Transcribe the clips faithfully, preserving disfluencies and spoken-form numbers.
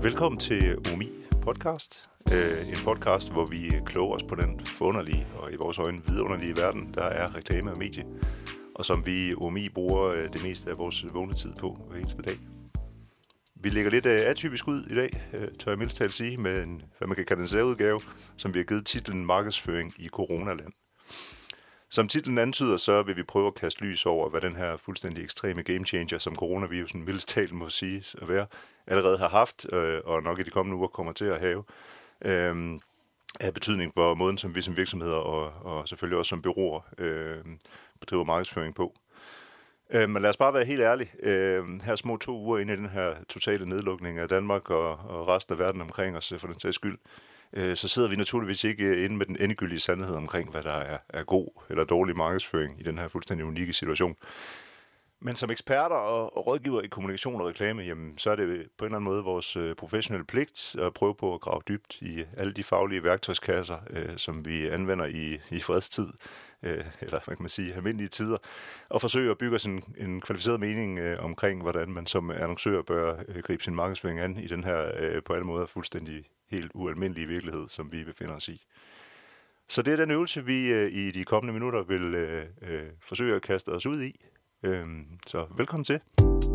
Velkommen til O M I podcast. En podcast, hvor vi kloger os på den forunderlige og i vores øjne vidunderlige verden, der er reklame og medie, og som vi i O M I bruger det meste af vores vågne tid på hver eneste dag. Vi lægger lidt atypisk ud i dag, tør jeg mindst talt sige, med en, hvad man kan kalde en særudgave, som vi har givet titlen Markedsføring i Coronaland. Som titlen antyder, så vil vi prøve at kaste lys over, hvad den her fuldstændig ekstreme gamechanger, som coronavirusen mildest talt må sige at være, allerede har haft, øh, og nok i de kommende uger kommer til at have, øh, af betydning for måden, som vi som virksomheder og, og selvfølgelig også som bureauer øh, bedriver markedsføring på. Øh, men lad os bare være helt ærlige. Øh, her små to uger inde i den her totale nedlukning af Danmark og, og resten af verden omkring os, for den sags skyld, så sidder vi naturligvis ikke inde med den endegyldige sandhed omkring, hvad der er, er god eller dårlig markedsføring i den her fuldstændig unikke situation. Men som eksperter og, og rådgiver i kommunikation og reklame, jamen, så er det på en eller anden måde vores øh, professionelle pligt at prøve på at grave dybt i alle de faglige værktøjskasser, øh, som vi anvender i, i fredstid, øh, eller hvad kan man sige, almindelige tider, og forsøge at bygge sådan en, en kvalificeret mening øh, omkring, hvordan man som annoncør bør øh, gribe sin markedsføring an i den her øh, på alle måder fuldstændig helt ualmindelige virkelighed, som vi befinder os i. Så det er den øvelse, vi øh, i de kommende minutter vil øh, øh, forsøge at kaste os ud i. Øh, så velkommen til.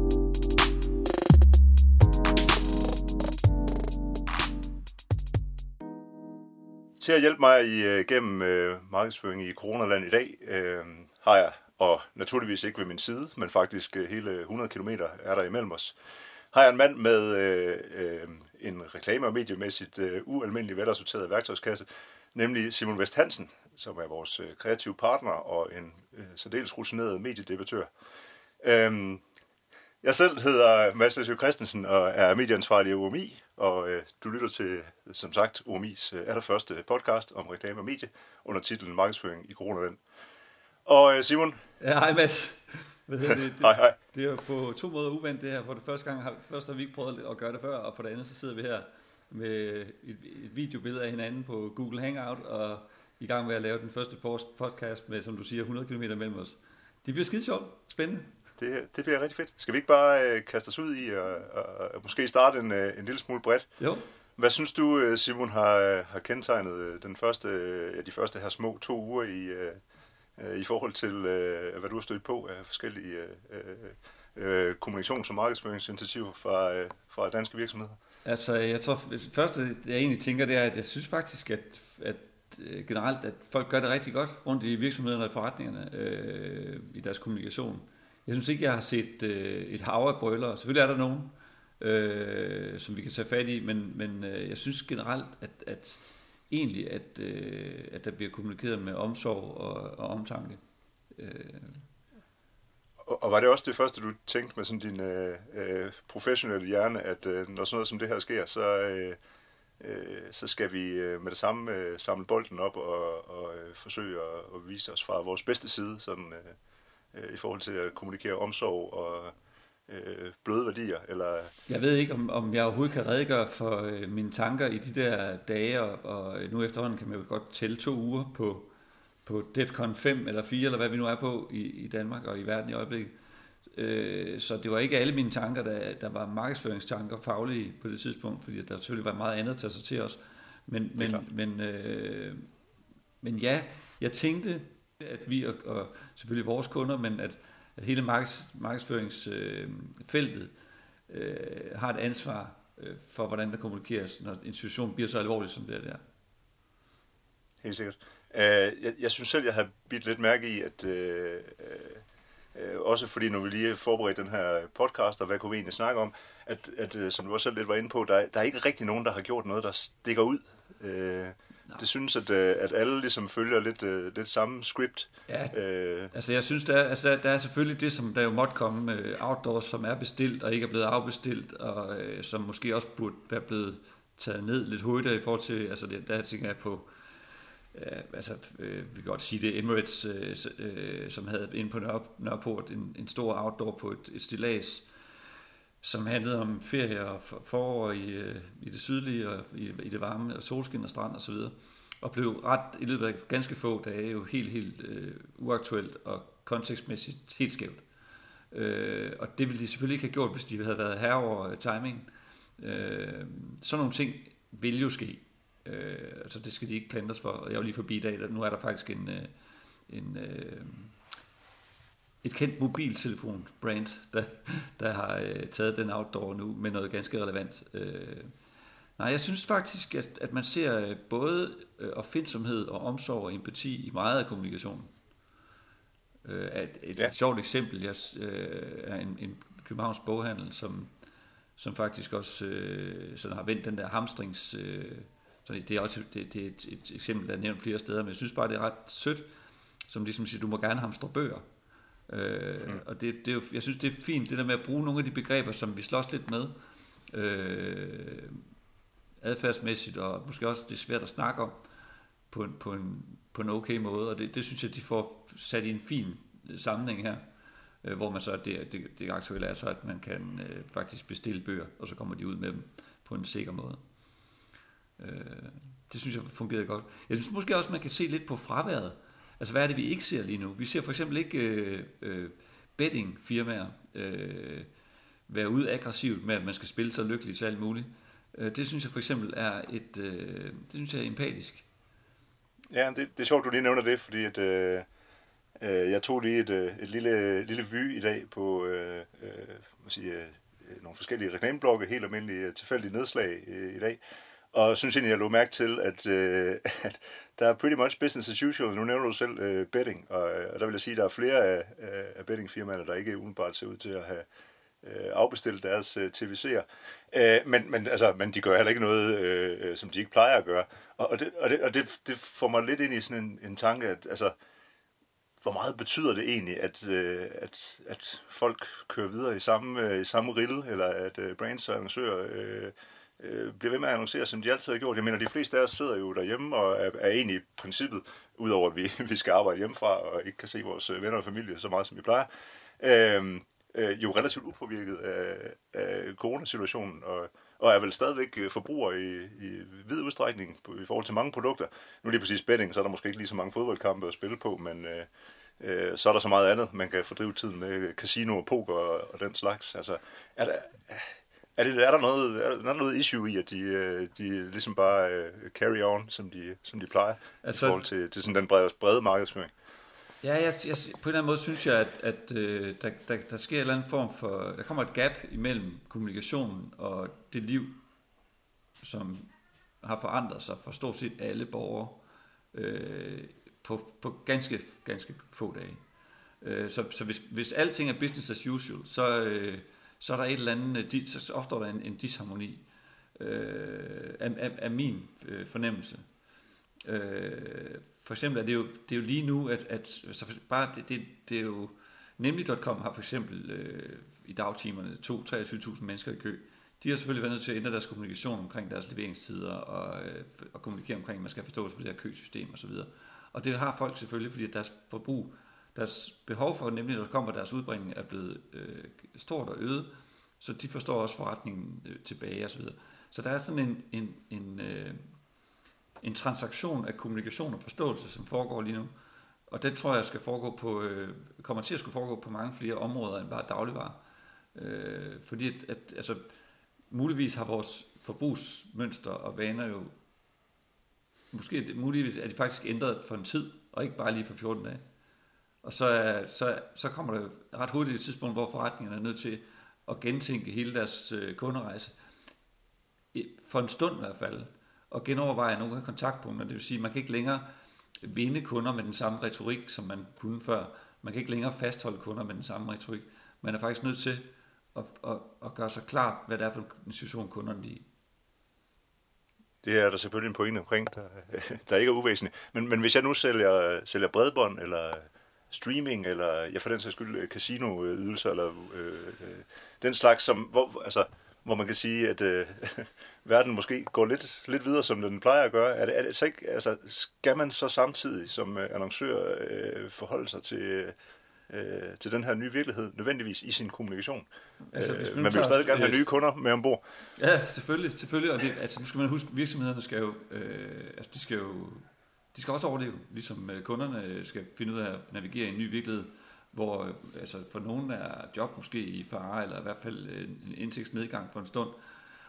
Til at hjælpe mig igennem øh, markedsføring i Coronaland i dag, øh, har jeg, og naturligvis ikke ved min side, men faktisk øh, hele hundrede kilometer er der imellem os, har jeg en mand med øh, øh, en reklame- og mediemæssigt øh, ualmindelig velassorteret værktøjskasse, nemlig Simon Vest Hansen, som er vores øh, kreative partner og en øh, særdeles rutineret mediedebattør. Øhm, jeg selv hedder Mads Læsø Christensen og er medieansvarlig i O M I, og øh, du lytter til, som sagt, O M I's øh, allerførste podcast om reklame og medie under titlen Markedsføring i Coronaland. Og øh, Simon? Ja, hej Mads. Det, det, hej, hej. Det er på to måder uventet det her. For det første gang har, først har vi ikke prøvet at gøre det før, og for det andet så sidder vi her med et, et videobillede af hinanden på Google Hangout og i gang med at lave den første podcast med, som du siger, hundrede kilometer mellem os. Det bliver skide sjovt. Spændende. Det, det bliver rigtig fedt. Skal vi ikke bare øh, kaste os ud i og, og, og måske starte en, øh, en lille smule bredt? Jo. Hvad synes du, Simon, har, har kendetegnet den første, ja, de første her små to uger i... Øh, i forhold til, øh, hvad du har stødt på af forskellige øh, øh, kommunikations- og markedsføringsinitiativer fra, øh, fra danske virksomheder? Altså, jeg tror, det første, jeg egentlig tænker, det er, at jeg synes faktisk, at, at generelt, at folk gør det rigtig godt rundt i virksomhederne og forretningerne øh, i deres kommunikation. Jeg synes ikke, jeg har set øh, et hav af brølere. Selvfølgelig er der nogen, øh, som vi kan tage fat i, men, men øh, jeg synes generelt, at, at egentlig, at, øh, at der bliver kommunikeret med omsorg og, og omtanke. Øh. Og, og var det også det første, du tænkte med sådan din øh, øh, professionelle hjerne, at øh, når sådan noget som det her sker, så, øh, øh, så skal vi øh, med det samme øh, samle bolden op og, og øh, forsøge at, at vise os fra vores bedste side, sådan, øh, øh, i forhold til at kommunikere omsorg og Øh, bløde værdier, eller... Jeg ved ikke, om, om jeg overhovedet kan redegøre for øh, mine tanker i de der dage, og, og nu efterhånden kan man jo godt tælle to uger på, på DEFCON fem eller fire, eller hvad vi nu er på i, i Danmark og i verden i øjeblikket. Øh, så det var ikke alle mine tanker, der, der var markedsføringstanker faglige på det tidspunkt, fordi der selvfølgelig var meget andet at tage sig til os. Men, men, men, øh, men ja, jeg tænkte, at vi, og, og selvfølgelig vores kunder, men at at hele markeds, markedsføringsfeltet øh, øh, har et ansvar øh, for, hvordan der kommunikeres, når en situation bliver så alvorlig, som det er der. Helt sikkert. Uh, jeg, jeg synes selv, jeg har bidt lidt mærke i, at uh, uh, også fordi nu vi lige forberedt den her podcast, og hvad kunne vi egentlig snakke om, at, at uh, som du også selv lidt var inde på, der, der er ikke rigtig nogen, der har gjort noget, der stikker ud. Uh, Det synes, at, at alle ligesom følger lidt, uh, lidt samme script. Ja, uh, altså jeg synes, der er, altså der er selvfølgelig det, som der jo måtte komme uh, outdoors, som er bestilt og ikke er blevet afbestilt, og uh, som måske også burde være blevet taget ned lidt hurtigere i forhold til, altså det, der tænker jeg på, uh, altså uh, vi kan godt sige det, Emirates, uh, uh, som havde inde på Nørreport en, en stor outdoor på et, et stillads, som handlede om ferie og forår i, i det sydlige og i, i det varme og solskin og strand og så videre, og blev ret i løbet af ganske få dage jo helt, helt øh, uaktuelt og kontekstmæssigt helt skævt. Øh, og det ville de selvfølgelig ikke have gjort, hvis de havde været herre over timingen. Øh, sådan nogle ting vil jo ske. Øh, altså det skal de ikke klandres for. Jeg var lige forbi i dag, nu er der faktisk en, en, øh, et kendt mobiltelefon-brand, der, der har øh, taget den outdoor nu med noget ganske relevant. Øh, nej, jeg synes faktisk, at, at man ser både øh, opfindsomhed og omsorg og empati i meget af kommunikationen. Øh, et et ja. sjovt eksempel jeg, øh, er en, en Københavns boghandel, som, som faktisk også øh, sådan har vendt den der hamstrings... Øh, så det er også det, det er et, et eksempel, der er nævnt flere steder, men jeg synes bare, det er ret sødt, som ligesom siger, du må gerne hamstre bøger. Øh, mm. Og det, det er jo, jeg synes, det er fint, det der med at bruge nogle af de begreber, som vi slås lidt med, øh, adfærdsmæssigt, og måske også det er svært at snakke om på en, på en, på en okay måde, og det, det synes jeg, de får sat i en fin sammenhæng her, øh, hvor man så, det, det, det aktuelle er så, at man kan øh, faktisk bestille bøger, og så kommer de ud med dem på en sikker måde. Øh, det synes jeg fungerede godt. Jeg synes måske også, man kan se lidt på fraværet. Altså, hvad er det, vi ikke ser lige nu? Vi ser for eksempel ikke øh, øh, bettingfirmaer øh, være ude aggressivt med, at man skal spille sig lykkelig til alt muligt. Øh, det synes jeg for eksempel er et, øh, det synes jeg er empatisk. Ja, det, det er sjovt, du lige nævner det, fordi at, øh, øh, jeg tog lige et, et lille, lille vy i dag på øh, øh, sige, øh, nogle forskellige reklameblokke, helt almindelige tilfældige nedslag øh, i dag. Og synes egentlig, jeg lå mærke til, at, øh, at der er pretty much business as usual. Nu nævner du selv øh, betting, og, og der vil jeg sige, at der er flere af, af bettingfirmaerne, der ikke umiddelbart ser ud til at have øh, afbestilt deres øh, T V C'er. Øh, men, men, altså, men de gør heller ikke noget, øh, som de ikke plejer at gøre. Og, og, det, og, det, og det, det får mig lidt ind i sådan en, en tanke, at altså, hvor meget betyder det egentlig, at, øh, at, at folk kører videre i samme, øh, i samme rille, eller at øh, brands og annoncører øh, bliver ved med at annoncere, som de altid har gjort. Jeg mener, de fleste af os sidder jo derhjemme og er, er egentlig i princippet, udover at vi, vi skal arbejde hjemmefra og ikke kan se vores venner og familie så meget, som vi plejer, øh, øh, jo relativt upåvirket af, af coronasituationen, og, og er vel stadigvæk forbruger i, i vid udstrækning i forhold til mange produkter. Nu lige præcis betting, så er der måske ikke lige så mange fodboldkampe at spille på, men øh, øh, så er der så meget andet, man kan fordrive tiden med casino og poker og, og den slags. Altså, er der... Er, det, er, der noget, er der noget issue i, at de, de ligesom bare uh, carry on, som de, som de plejer, altså, i forhold til, til sådan den brede, brede markedsføring? Ja, jeg, jeg, på en eller anden måde synes jeg, at, at uh, der, der, der sker en eller anden form for... Der kommer et gap imellem kommunikationen og det liv, som har forandret sig for stort set alle borgere uh, på, på ganske, ganske få dage. Uh, så så hvis, hvis alting er business as usual, så... Uh, så er der et eller andet, så opstår der en, en disharmoni øh, af, af, af min øh, fornemmelse. Øh, for eksempel er det jo, det er jo lige nu, at, at så bare det, det, det er jo, nemlig punktum com har for eksempel øh, i dagtimerne to til treogtyve tusind mennesker i kø. De har selvfølgelig været nødt til at ændre deres kommunikation omkring deres leveringstider og, øh, og kommunikere omkring, at man skal forstå for det her køsystem osv. Og det har folk selvfølgelig, fordi deres forbrug, deres behov for, nemlig når der kommer deres udbringning, er blevet øh, stort og øget, så de forstår også forretningen øh, tilbage og så videre. Så der er sådan en, en, en, øh, en transaktion af kommunikation og forståelse, som foregår lige nu. Og det tror jeg skal foregå på, øh, kommer til at skulle foregå på mange flere områder end bare dagligvarer. Øh, fordi at, at, altså, muligvis har vores forbrugsmønster og vaner jo, måske muligvis er de faktisk ændret for en tid, og ikke bare lige for fjorten dage. Og så, så, så kommer der ret hurtigt et tidspunkt, hvor forretningerne er nødt til at gentænke hele deres øh, kunderejse. For en stund i hvert fald. Og genoverveje nogle af kontaktpunkterne. Det vil sige, at man kan ikke længere vinde kunder med den samme retorik, som man kunne før. Man kan ikke længere fastholde kunder med den samme retorik. Man er faktisk nødt til at, at, at gøre sig klart, hvad det er for en situation, kunderne er i. Det er der selvfølgelig en pointe omkring, der, der ikke er uvæsentligt. Men, men hvis jeg nu sælger, sælger bredbånd, eller streaming, eller ja, for den sags skyld casino-ydelser, eller øh, den slags, som, hvor, altså, hvor man kan sige, at øh, verden måske går lidt, lidt videre, som den plejer at gøre. Er det, er det så ikke, altså, skal man så samtidig som øh, annoncør øh, forholde sig til, øh, til den her nye virkelighed, nødvendigvis i sin kommunikation? Altså, øh, man vil jo stadig gerne have nye kunder med ombord. Ja, selvfølgelig. selvfølgelig. Og det, altså, nu skal man huske, virksomhederne skal jo, øh, altså, de skal jo De skal også overleve, ligesom kunderne skal finde ud af at navigere i en ny virkelighed, hvor altså for nogen er job måske i fare, eller i hvert fald en indtægtsnedgang for en stund.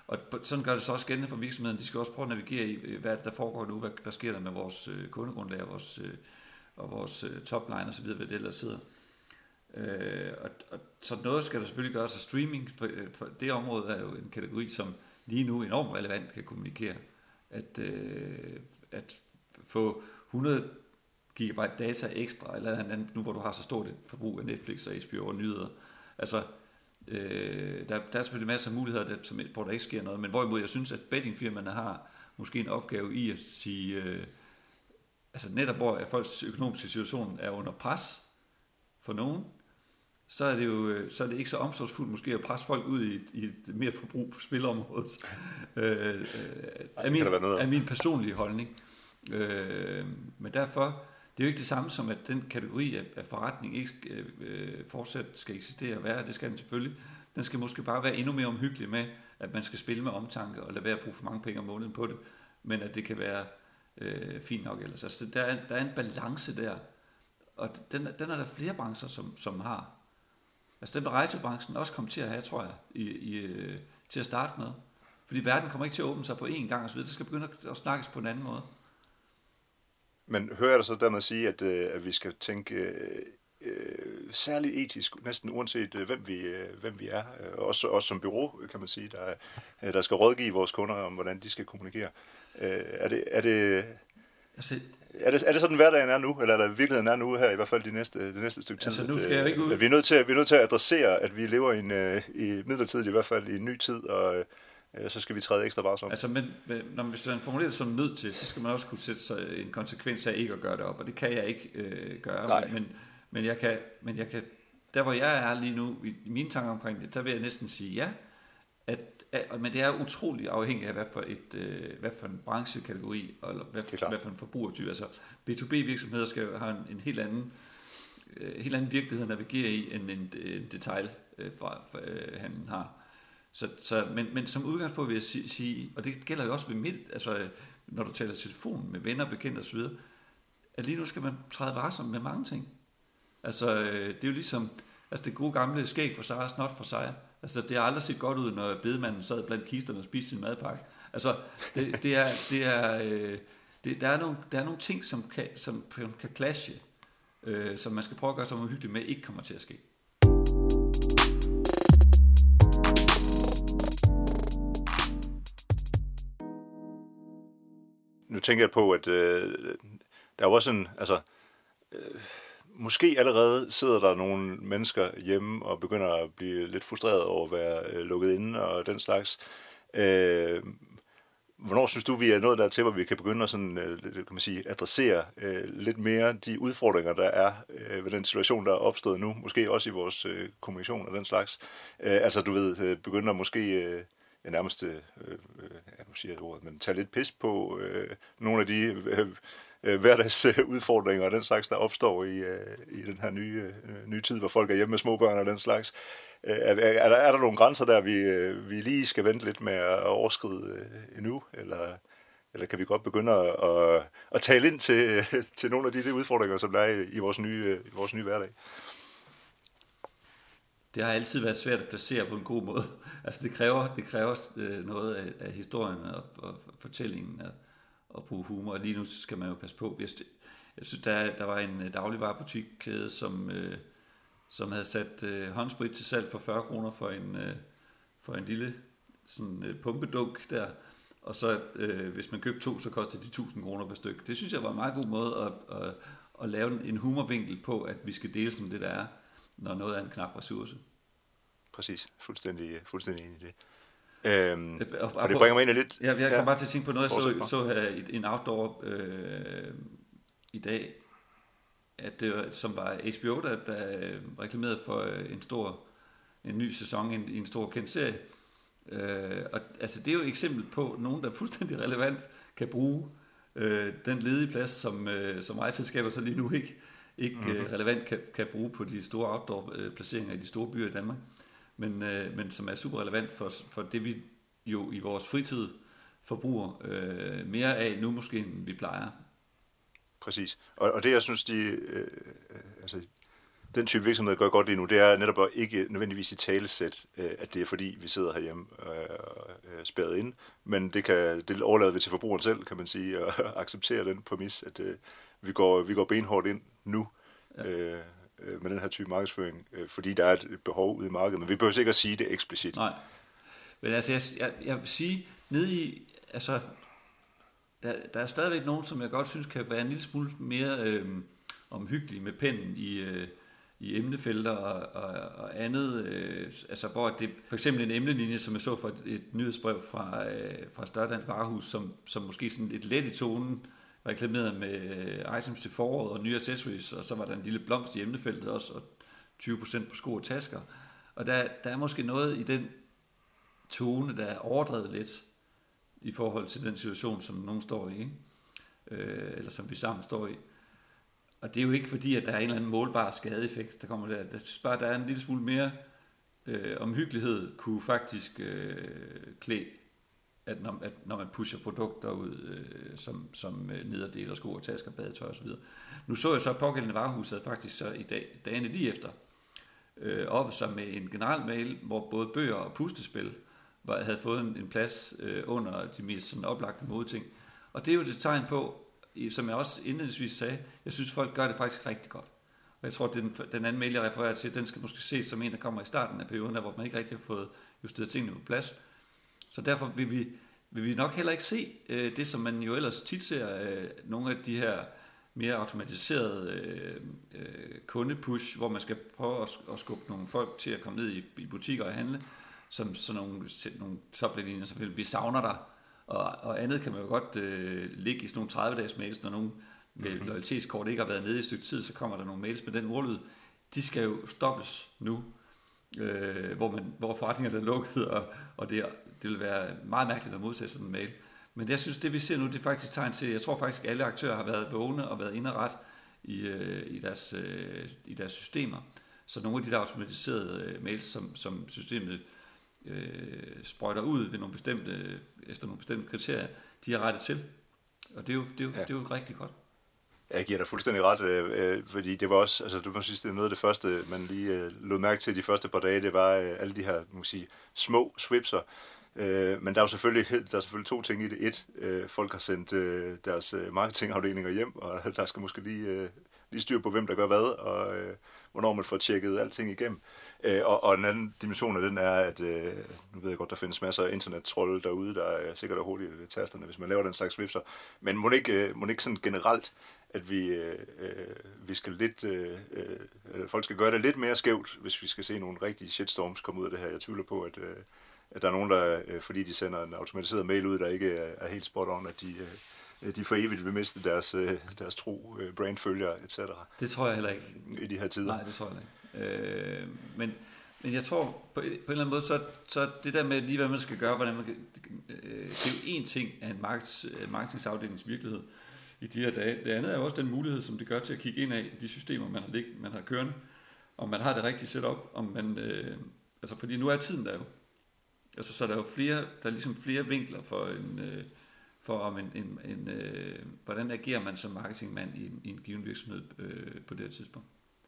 Og sådan gør det så også gældende for virksomheden. De skal også prøve at navigere i, hvad der foregår nu, hvad, hvad sker der med vores kundegrundlag, vores, og vores topline og så videre, hvad det ellers sidder. Øh, og, og så noget skal der selvfølgelig gøres af streaming, for, for det område er jo en kategori, som lige nu enormt relevant kan kommunikere. At, øh, at få hundrede gigabyte data ekstra, eller andet, nu hvor du har så stort et forbrug af Netflix og H B O og nyheder. Altså, øh, der, der er selvfølgelig masser af muligheder, der, som, hvor der ikke sker noget, men hvorimod jeg synes, at bettingfirmaerne har måske en opgave i at sige, øh, altså netop hvor at folks økonomiske situation er under pres for nogen, så er det jo så er det ikke så omsorgsfuldt måske at presse folk ud i et, i et mere forbrug på spilområdet. øh, øh, er, min, er min personlige holdning. Øh, men derfor, det er jo ikke det samme som, at den kategori af, af forretning ikke øh, fortsat skal eksistere og være. Det skal den selvfølgelig. Den skal måske bare være endnu mere omhyggelig med, at man skal spille med omtanke og lade være at bruge for mange penge om måneden på det, men at det kan være øh, fint nok ellers. Altså, der, er, der er en balance der, og den, den er der flere brancher, som, som har. Altså den vil rejsebranchen også komme til at have, tror jeg, i, i, til at starte med. Fordi verden kommer ikke til at åbne sig på én gang og så videre. Det skal begynde at snakkes på en anden måde. Men hører jeg dig så dermed sige, at, at vi skal tænke øh, særligt etisk, næsten uanset hvem vi, hvem vi er, også, også som bureau, kan man sige, der, der skal rådgive vores kunder om, hvordan de skal kommunikere. Er det... Er det Altså, Er det, er det sådan hverdagen er nu, eller er der virkeligheden er nu her, i hvert fald de næste, det næste stykke tid? Altså, nu skal jeg ikke ud. At vi, er nødt til, vi er nødt til at adressere, at vi lever i, en, i midlertidigt i hvert fald i en ny tid, og øh, så skal vi træde ekstra varsomt. Altså, men, men når man, hvis man formulerer det som nødt til, så skal man også kunne sætte sig en konsekvens af ikke at gøre det op, og det kan jeg ikke øh, gøre. Men, men, men, jeg kan, men jeg kan, der hvor jeg er lige nu, i, i mine tanker omkring det, der vil jeg næsten sige ja, at men det er utroligt afhængigt af, hvad for, et, øh, hvad for en branchekategori, eller hvad for, hvad for en forbrugertype. Altså B to B virksomheder skal have en, en helt anden, øh, helt anden virkelighed at navigere i, end en, en detailhandel øh, øh, har. Så, så, men, men som udgangspunkt vil jeg sige, sige, og det gælder jo også ved midt, altså når du taler telefon med venner, bekendte osv., at lige nu skal man træde varsomt med mange ting. Altså øh, det er jo ligesom, altså det gode gamle skæg for sig og snot for sig. Altså, det har aldrig set godt ud, når bedemanden sad blandt kisterne og spiste sin madpakke. Altså, det, det er, det er, øh, det, der, er nogle, der er nogle ting, som kan, som kan clashe, øh, som man skal prøve at gøre sig uhyggeligt med, ikke kommer til at ske. Nu tænker jeg på, at øh, der er også en, altså... Øh, Måske allerede sidder der nogle mennesker hjemme og begynder at blive lidt frustreret over at være øh, lukket inde og den slags. Øh, hvornår synes du, vi er nået der til, hvor vi kan begynde at sådan, øh, kan man sige, adressere øh, lidt mere de udfordringer, der er øh, ved den situation, der er opstået nu? Måske også i vores øh, kommunikation og den slags. Øh, altså du ved, øh, begynder måske... Øh, ja, nærmest, øh, øh, ja, nu siger jeg ordet, men tage lidt pis på øh, nogle af de... Øh, hverdagsudfordringer og den slags, der opstår i, øh, i den her nye, øh, nye tid, hvor folk er hjemme med småbørn og den slags. Øh, er, er, der, er der nogle grænser der, vi, øh, vi lige skal vente lidt med at overskride øh, endnu, eller, eller kan vi godt begynde at, at, at tale ind til, til nogle af de, de udfordringer, som der er i, i, vores nye, i vores nye hverdag? Det har altid været svært at placere på en god måde. Altså det kræver, det kræver noget af, af historien og, og fortællingen og og bruge humor, og lige nu skal man jo passe på. Jeg synes, der, der var en dagligvarerbutikkæde, som, øh, som havde sat øh, håndsprit til salg for fyrre kroner for en, øh, for en lille sådan, øh, pumpedunk der, og så øh, hvis man købte to, så kostede de tusind kroner per stykke. Det synes jeg var en meget god måde at, at, at lave en humorvinkel på, at vi skal dele som det der er, når noget er en knap ressource. Præcis, fuldstændig, fuldstændig enig i det. Øhm, og, og det bringer mig ind i lidt... Ja, jeg kom ja, bare til at tænke på noget, jeg så, så her en outdoor øh, i dag, at det var, som var H B O, der, der reklamerede for en stor, en ny sæson i en, en stor kendt serie. Øh, og altså, det er jo et eksempel på nogen, der fuldstændig relevant kan bruge øh, den ledige plads, som, øh, som rejseselskaber så lige nu ikke, ikke mm-hmm. relevant kan, kan bruge på de store outdoor-placeringer i de store byer i Danmark. Men, øh, men som er super relevant for, for det, vi jo i vores fritid forbruger øh, mere af nu måske, end vi plejer. Præcis. Og, og det, jeg synes, de, øh, altså, den type virksomhed gør godt lige nu, det er netop at ikke nødvendigvis i talesæt, at det er fordi, vi sidder herhjemme og er spærret inde, men det, kan, det overlader vi til forbrugeren selv, kan man sige, og acceptere den præmis, at vi går, vi går benhårdt ind nu ja. øh, med den her type markedsføring, fordi der er et behov ude i markedet, men vi behøver ikke at sige det eksplicit. Nej, men altså, jeg, jeg, jeg vil sige, nede i, altså, der, der er stadigvæk nogen, som jeg godt synes kan være en lille smule mere øh, omhyggelige med pennen i, øh, i emnefelter og, og, og andet, øh, altså hvor det for eksempel en emnelinje, som jeg så fra et, et nyhedsbrev fra, øh, fra Større Dansk Varehus, som, som måske sådan lidt let i tonen, reklameret med øh, items til foråret og nye accessories, og så var der en lille blomst i emnefeltet også, og tyve procent på sko og tasker. Og der, der er måske noget i den tone, der er overdrevet lidt i forhold til den situation, som nogen står i, ikke? Øh, eller som vi sammen står i. Og det er jo ikke fordi, at der er en eller anden målbar skadeeffekt, der kommer der. Der synes bare, der er en lille smule mere øh, omhyggelighed, kunne faktisk øh, klæde, at når, at når man pusher produkter ud, øh, som, som øh, nederdeler, sko og tasker, badetøj osv. Nu så jeg så, at pågældende varehus havde faktisk så i dag, dagene lige efter, øh, oppe sig med en general mail, hvor både bøger og puslespil var, havde fået en, en plads øh, under de mest sådan oplagte modeting. Og det er jo et tegn på, som jeg også indledningsvis sagde, jeg synes, folk gør det faktisk rigtig godt. Og jeg tror, at den, den anden mail, jeg refererer til, den skal måske ses som en, der kommer i starten af perioden, der, hvor man ikke rigtig har fået justeret tingene på plads. Så derfor vil vi, vil vi nok heller ikke se øh, det, som man jo ellers tit ser, øh, nogle af de her mere automatiserede øh, øh, kundepush, hvor man skal prøve at, at skubbe nogle folk til at komme ned i, i butikker og handle, som sådan nogle, nogle toplinjer, selvfølgelig, vi savner dig. Og, og andet kan man jo godt øh, ligge i sådan nogle tredive-dages mails, når nogen med mm-hmm. loyalitetskort ikke har været nede i et stykke tid, så kommer der nogle mails med den ordlyd. De skal jo stoppes nu, øh, hvor, man, hvor forretningerne er lukket, og, og det, det vil være meget mærkeligt at modsætte sådan en mail. Men jeg synes, det vi ser nu, det er faktisk tegn til, jeg tror faktisk, at alle aktører har været vågne og været indret i, øh, i, deres, øh, i deres systemer. Så nogle af de der automatiserede øh, mails, som, som systemet øh, sprøjter ud ved nogle bestemte, efter nogle bestemte kriterier, de er rettet til. Og det er jo, det er jo, ja. det er jo rigtig godt. Jeg giver dig fuldstændig ret, øh, fordi det var også, altså du må sige, det er noget af det første, man lige øh, lod mærke til de første par dage, det var øh, alle de her, man sige, små swipser. Øh, men der er jo selvfølgelig, der er selvfølgelig to ting i det. Et, øh, folk har sendt øh, deres øh, marketingafdelinger hjem, og der skal måske lige, øh, lige styr på, hvem der gør hvad, og øh, hvornår man får tjekket alting igennem. Øh, og, og en anden dimension af den er, at øh, nu ved jeg godt, der findes masser af internettrolde derude, der er sikkert er hurtigt ved tasterne, hvis man laver den slags swipser. Men må det ikke, øh, må det ikke sådan generelt, at vi, øh, vi skal lidt, øh, øh, folk skal gøre det lidt mere skævt, hvis vi skal se nogle rigtige shitstorms komme ud af det her. Jeg tvivler på, at, øh, at der er nogen, der, øh, fordi de sender en automatiseret mail ud, der ikke er, er helt spot on, at de, øh, de for evigt vil miste deres, øh, deres tro øh, brandfølgere, et cetera. Det tror jeg heller ikke. I de her tider. Nej, det tror jeg ikke. Øh, men, men jeg tror, på, på en eller anden måde, så, så det der med lige, hvad man skal gøre, hvordan man kan, øh, det er jo én ting af en markets, marketingsafdelings virkelighed i de her dage. Det andet er jo også den mulighed, som det gør til at kigge ind af de systemer, man har, lig, man har kørende, om man har det rigtige setup, om man, øh, altså fordi nu er tiden der jo. Altså, så er der jo flere, der er ligesom flere vinkler for en, øh, for om en, en, en øh, hvordan agerer man som marketingmand i en, i en given virksomhed øh, på det her tidspunkt.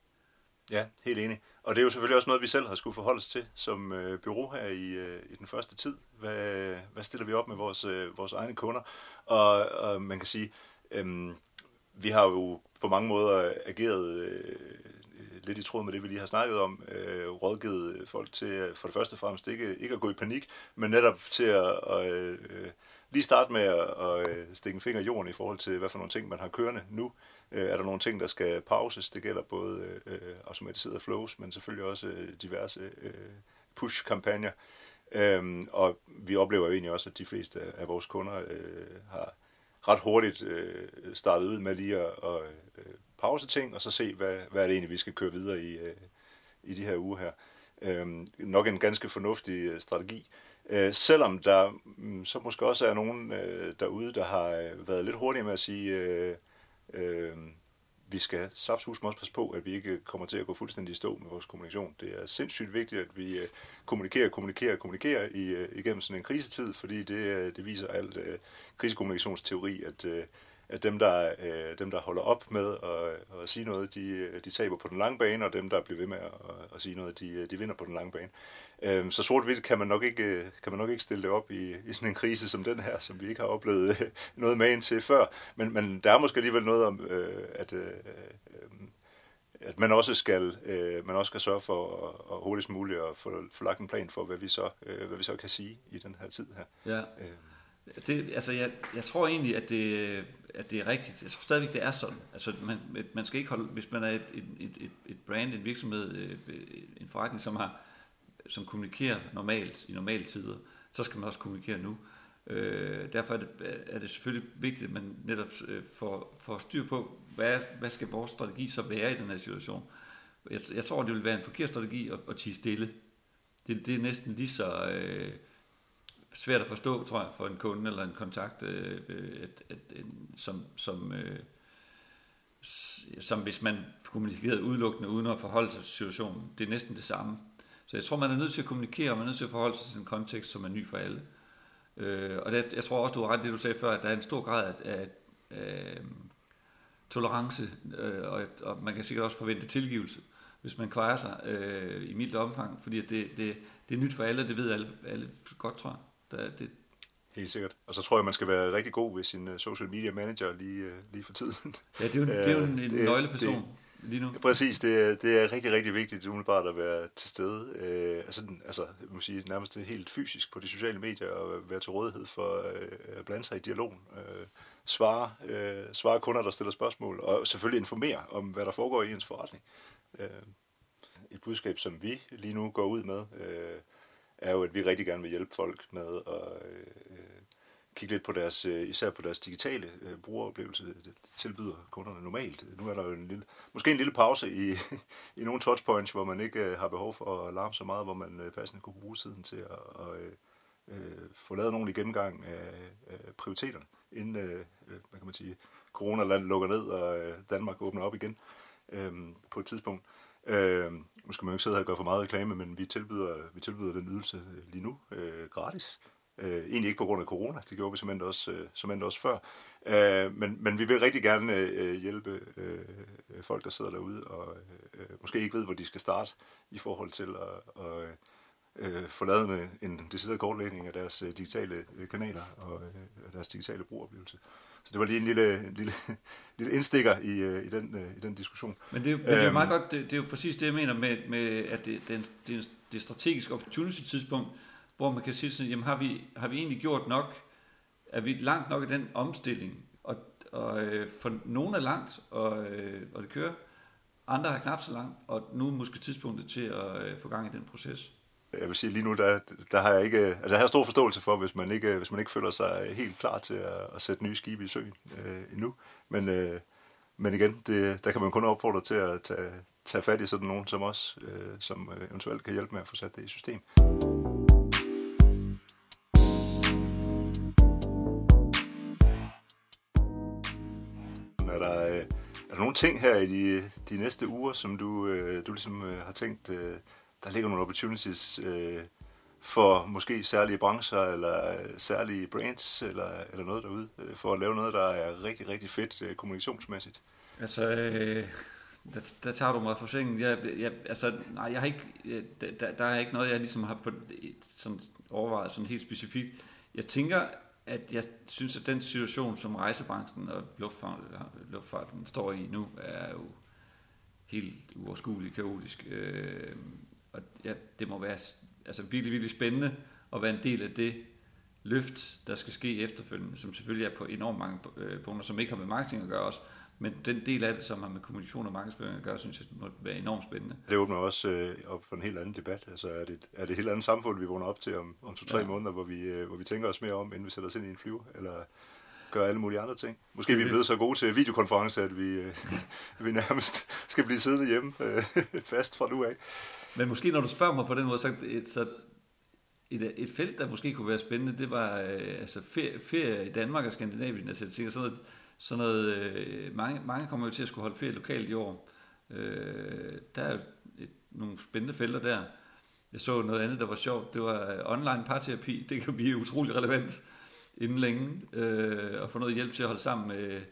Ja, helt enig. Og det er jo selvfølgelig også noget, vi selv har skulle forholde os til som øh, bureau her i, øh, i den første tid. Hvad, hvad stiller vi op med vores, øh, vores egne kunder? Og, og man kan sige, øh, vi har jo på mange måder ageret øh, lidt i tråd med det, vi lige har snakket om, øh, rådgivet folk til for det første og fremmest ikke, ikke at gå i panik, men netop til at øh, lige starte med at, at stikke en finger i jorden i forhold til, hvad for nogle ting, man har kørende nu. Øh, er der nogle ting, der skal pauses? Det gælder både øh, automatiserede flows, men selvfølgelig også øh, diverse øh, push-kampagner. Øhm, og vi oplever jo egentlig også, at de fleste af vores kunder øh, har ret hurtigt øh, startet ud med lige at, at øh, pause ting, og så se, hvad, hvad er det egentlig, vi skal køre videre i, øh, i de her uger her. Øhm, nok en ganske fornuftig øh, strategi. Øh, selvom der mm, så måske også er nogen øh, derude, der har øh, været lidt hurtige med at sige, øh, øh, vi skal saftsusme også passe på, at vi ikke kommer til at gå fuldstændig i stå med vores kommunikation. Det er sindssygt vigtigt, at vi øh, kommunikerer, kommunikerer, kommunikerer i, øh, igennem sådan en krisetid, fordi det, øh, det viser alt øh, krisekommunikationsteori, at, øh, at dem, der, øh, dem, der holder op med at, at sige noget, de, de taber på den lange bane, og dem, der bliver ved med at, at sige noget, de, de vinder på den lange bane. Øh, så sort-hvidt kan man nok ikke, kan man nok ikke stille det op i, i sådan en krise som den her, som vi ikke har oplevet noget med ind til før. Men, men der er måske alligevel noget om, øh, at... Øh, at man også skal øh, man også skal sørge for at, at hurtigst muligt at få, få lagt en plan for, hvad vi så øh, hvad vi så kan sige i den her tid her. Ja. Øh. Det, altså jeg, jeg tror egentlig, at det, at det er rigtigt. Jeg tror stadigvæk, det er sådan. Altså man, man skal ikke holde, hvis man er et, et, et, et brand, en virksomhed, en forretning, som har som kommunikerer normalt i normale tider, så skal man også kommunikere nu. Øh, derfor er det, er det selvfølgelig vigtigt, at man netop øh, får, får styr på, hvad, hvad skal vores strategi så være i den her situation. Jeg, jeg tror, det vil være en forkert strategi at, at tie stille. Det, det er næsten lige så øh, svært at forstå, tror jeg, for en kunde eller en kontakt, øh, at, at, som, som, øh, som hvis man kommunikerede udelukkende uden at forholde sig til situationen. Det er næsten det samme. Så jeg tror, man er nødt til at kommunikere, og man er nødt til at forholde sig til en kontekst, som er ny for alle. Øh, og det, jeg tror også, du har ret det, du sagde før, at der er en stor grad af, af, af tolerance, øh, og, og man kan sikkert også forvente tilgivelse, hvis man kvarer sig øh, i mildt omfang, fordi det, det, det er nyt for alle, det ved alle, alle godt, tror jeg. Der, det, Helt sikkert. Og så tror jeg, man skal være rigtig god ved sin social media manager lige, lige for tiden. Ja, det er jo, det er jo en, en det, nøgleperson. Det, lige nu. Præcis, det er, det er rigtig, rigtig vigtigt umiddelbart at være til stede. Øh, altså, altså, jeg må sige, nærmest helt fysisk på de sociale medier og være til rådighed for øh, at blande sig i dialogen. Øh, svare, øh, svare kunder, der stiller spørgsmål, og selvfølgelig informere om, hvad der foregår i ens forretning. Øh, et budskab, som vi lige nu går ud med, øh, er jo, at vi rigtig gerne vil hjælpe folk med at øh, kigge lidt på deres, især på deres digitale øh, brugeroplevelse. Det tilbyder kunderne normalt. Nu er der jo en lille, måske en lille pause i, i nogle touchpoints, hvor man ikke øh, har behov for at larme så meget, hvor man øh, passende kunne bruge tiden til at og, øh, få lavet nogle gennemgang af, af prioriteterne, inden øh, hvad kan man sige, coronaland lukker ned, og øh, Danmark åbner op igen øh, på et tidspunkt. Øh, nu skal man jo ikke sidde her og gøre for meget reklame, men vi tilbyder, vi tilbyder den ydelse lige nu øh, gratis. Øh, egentlig ikke på grund af corona, det gjorde vi simpelthen også, øh, simpelthen også før. Øh, men, men vi vil rigtig gerne øh, hjælpe øh, folk, der sidder derude og øh, måske ikke ved, hvor de skal starte i forhold til at, at øh, få lavet en decideret kortlægning af deres øh, digitale øh, kanaler og øh, deres digitale brugeroplevelse. Så det var lige en lille, en lille, lille indstikker i, øh, i, den, øh, i den diskussion. Men det, men det er jo meget godt, det, det er jo præcis det, jeg mener med, med at det, det, det, det strategiske opportunity-tidspunkt, hvor man kan sige sådan, jamen har vi, har vi egentlig gjort nok, er vi langt nok i den omstilling, og, og øh, for nogen er langt, og, øh, og det kører, andre har knap så langt, og nu er måske tidspunktet til at øh, få gang i den proces. Jeg vil sige lige nu, der, der har jeg ikke, altså jeg har stor forståelse for, hvis man ikke, hvis man ikke føler sig helt klar til at, at sætte nye skibe i søen øh, endnu, men, øh, men igen, det, der kan man kun opfordre til at tage, tage fat i sådan nogen som os, øh, som eventuelt kan hjælpe med at få sat det i system. Er der, er der nogle ting her i de, de næste uger, som du, du ligesom har tænkt, der ligger nogle opportunities for måske særlige brancher, eller særlige brands, eller, eller noget derude, for at lave noget, der er rigtig, rigtig fedt kommunikationsmæssigt? Altså, øh, der, der tager du mig på sengen. Jeg, jeg, altså, nej, jeg har ikke, jeg, der, der er ikke noget, jeg ligesom har på, sådan overvejet sådan helt specifikt. Jeg tænker, at jeg synes, at den situation, som rejsebranchen og luftfarten, luftfarten står i nu, er jo helt uoverskuelig kaotisk. Øh, og ja, det må være altså virkelig, virkelig spændende at være en del af det løft, der skal ske efterfølgende, som selvfølgelig er på enormt mange punkter, som ikke har med marketing at gøre også, men den del af det, som har med kommunikation og markedsføring at gøre, synes jeg må være enormt spændende. Det åbner også øh, op for en helt anden debat. Altså er det, er det et helt andet samfund, vi vågner op til om, om to-tre ja. måneder, hvor vi, øh, hvor vi tænker os mere om, inden vi sætter os ind i en flyver, eller gør alle mulige andre ting. Måske er vi blevet så gode til videokonference, at vi, øh, vi nærmest skal blive siddende hjemme øh, fast fra nu af. Men måske når du spørger mig på den måde, så et, så et, et felt, der måske kunne være spændende, det var øh, altså ferie, ferie i Danmark og Skandinavien. Altså jeg tænker sådan noget, sådan noget øh, mange, mange kommer jo til at skulle holde ferie lokalt i år. Øh, der er jo et, nogle spændende felter der. Jeg så noget andet, der var sjovt. Det var online parterapi. Det kan blive utrolig relevant inden længe. Øh, at få noget hjælp til at holde sammen med,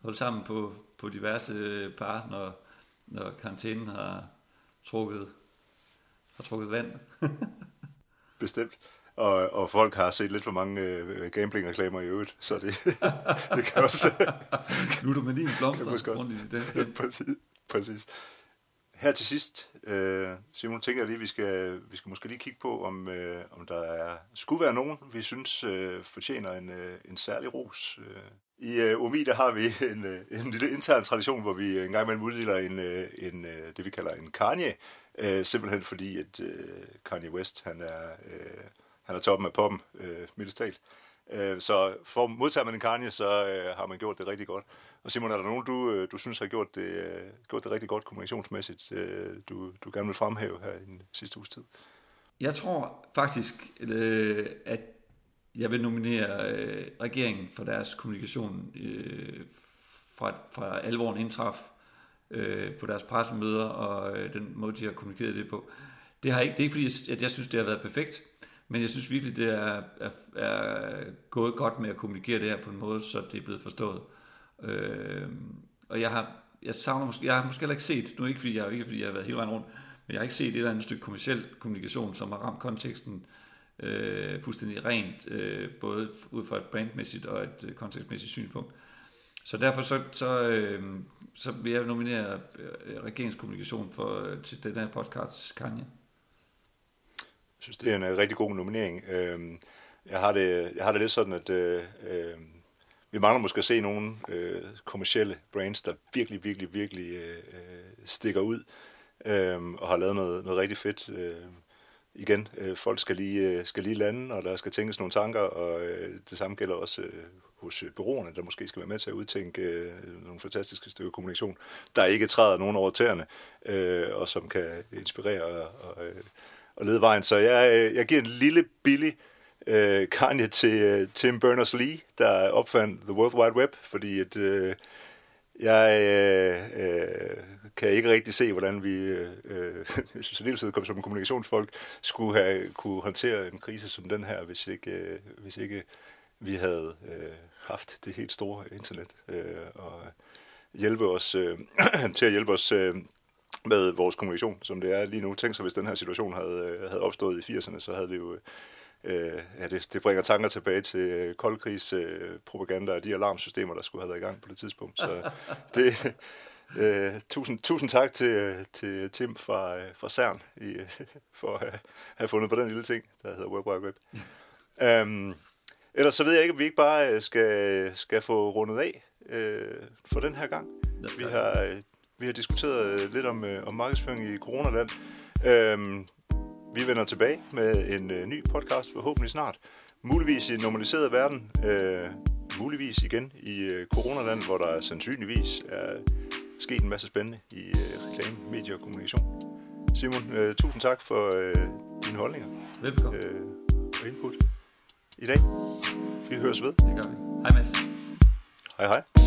holde sammen på, på diverse par, når, når karantænen har trukket, har trukket vand. Bestemt. Og, og folk har set lidt for mange øh, gambling-reklamer i øvrigt, så det, det kan også... Ludomanien blomster rundt i den skæld. præcis, præcis. Her til sidst, øh, Simon, tænker jeg lige, vi skal, vi skal måske lige kigge på, om, øh, om der er, skulle være nogen, vi synes øh, fortjener en, øh, en særlig ros. I øh, O M I, der har vi en, øh, en lille intern tradition, hvor vi en gang imellem uddeler en, øh, en, øh, det, vi kalder en Kanye, øh, simpelthen fordi, at øh, Kanye West, han er... Øh, Han er toppen af poppen, øh, mildest talt. Øh, så for modtager man en Kanye, så øh, har man gjort det rigtig godt. Og Simon, er der nogen, du, øh, du synes har gjort det, øh, gjort det rigtig godt kommunikationsmæssigt, øh, du, du gerne vil fremhæve her i den sidste uges tid? Jeg tror faktisk, øh, at jeg vil nominere øh, regeringen for deres kommunikation øh, fra, fra alvoren indtraf øh, på deres pressemøder, og øh, den måde, de har kommunikeret det på. Det, har ikke, det er ikke fordi, at jeg synes, det har været perfekt, men jeg synes virkelig, det er, er, er gået godt med at kommunikere det her på en måde, så det er blevet forstået. Øh, og jeg har, jeg savner måske, jeg har måske heller ikke set, nu ikke fordi jeg, ikke fordi jeg har været hele vejen rundt, men jeg har ikke set et eller andet stykke kommerciel kommunikation, som har ramt konteksten øh, fuldstændig rent, øh, både ud fra et brandmæssigt og et øh, kontekstmæssigt synspunkt. Så derfor så, så, øh, så vil jeg nominere øh, regeringskommunikation for, til den her podcast, Kanye. Jeg synes, det er en rigtig god nominering. Jeg har det, jeg har det lidt sådan, at øh, vi mangler måske at se nogle øh, kommercielle brands, der virkelig, virkelig, virkelig øh, stikker ud øh, og har lavet noget, noget rigtig fedt. Øh, igen, øh, folk skal lige, skal lige lande, og der skal tænkes nogle tanker, og øh, det samme gælder også øh, hos bureauerne, der måske skal være med til at udtænke øh, nogle fantastiske stykker kommunikation, der ikke træder nogen over tæerne, øh, og som kan inspirere og, og øh, og lede vejen. Så jeg, jeg giver en lille billig øh, Kanye til uh, Tim Berners-Lee, der opfandt The World Wide Web, fordi at, øh, jeg øh, kan ikke rigtig se, hvordan vi, øh, så dels som kommunikationsfolk, skulle have kunne håndtere en krise som den her, hvis ikke, øh, hvis ikke vi havde øh, haft det helt store internet, øh, og hjælpe os øh, til at hjælpe os øh, med vores kommunikation, som det er lige nu. Tænk så, hvis den her situation havde, havde opstået i firserne, så havde det jo, øh, ja, det, det bringer tanker tilbage til koldkrigs øh, propaganda og de alarmsystemer, der skulle have været i gang på det tidspunkt. Så det, øh, tusind, tusind tak til, til Tim fra, fra CERN i, for at have fundet på den lille ting, der hedder World Wide Web. um, ellers så ved jeg ikke, om vi ikke bare skal, skal få rundet af øh, for den her gang. Vi har... Vi har diskuteret lidt om, øh, om markedsføring i coronaland. Øhm, vi vender tilbage med en øh, ny podcast forhåbentlig snart. Muligvis i en normaliseret verden. Øh, muligvis igen i øh, coronaland, hvor der sandsynligvis er sket en masse spændende i øh, reklame, medie og kommunikation. Simon, øh, tusind tak for øh, dine holdninger. Velbekomme. Øh, og input i dag. Vi høres ved. Det gør vi. Hej Mads. Hej hej.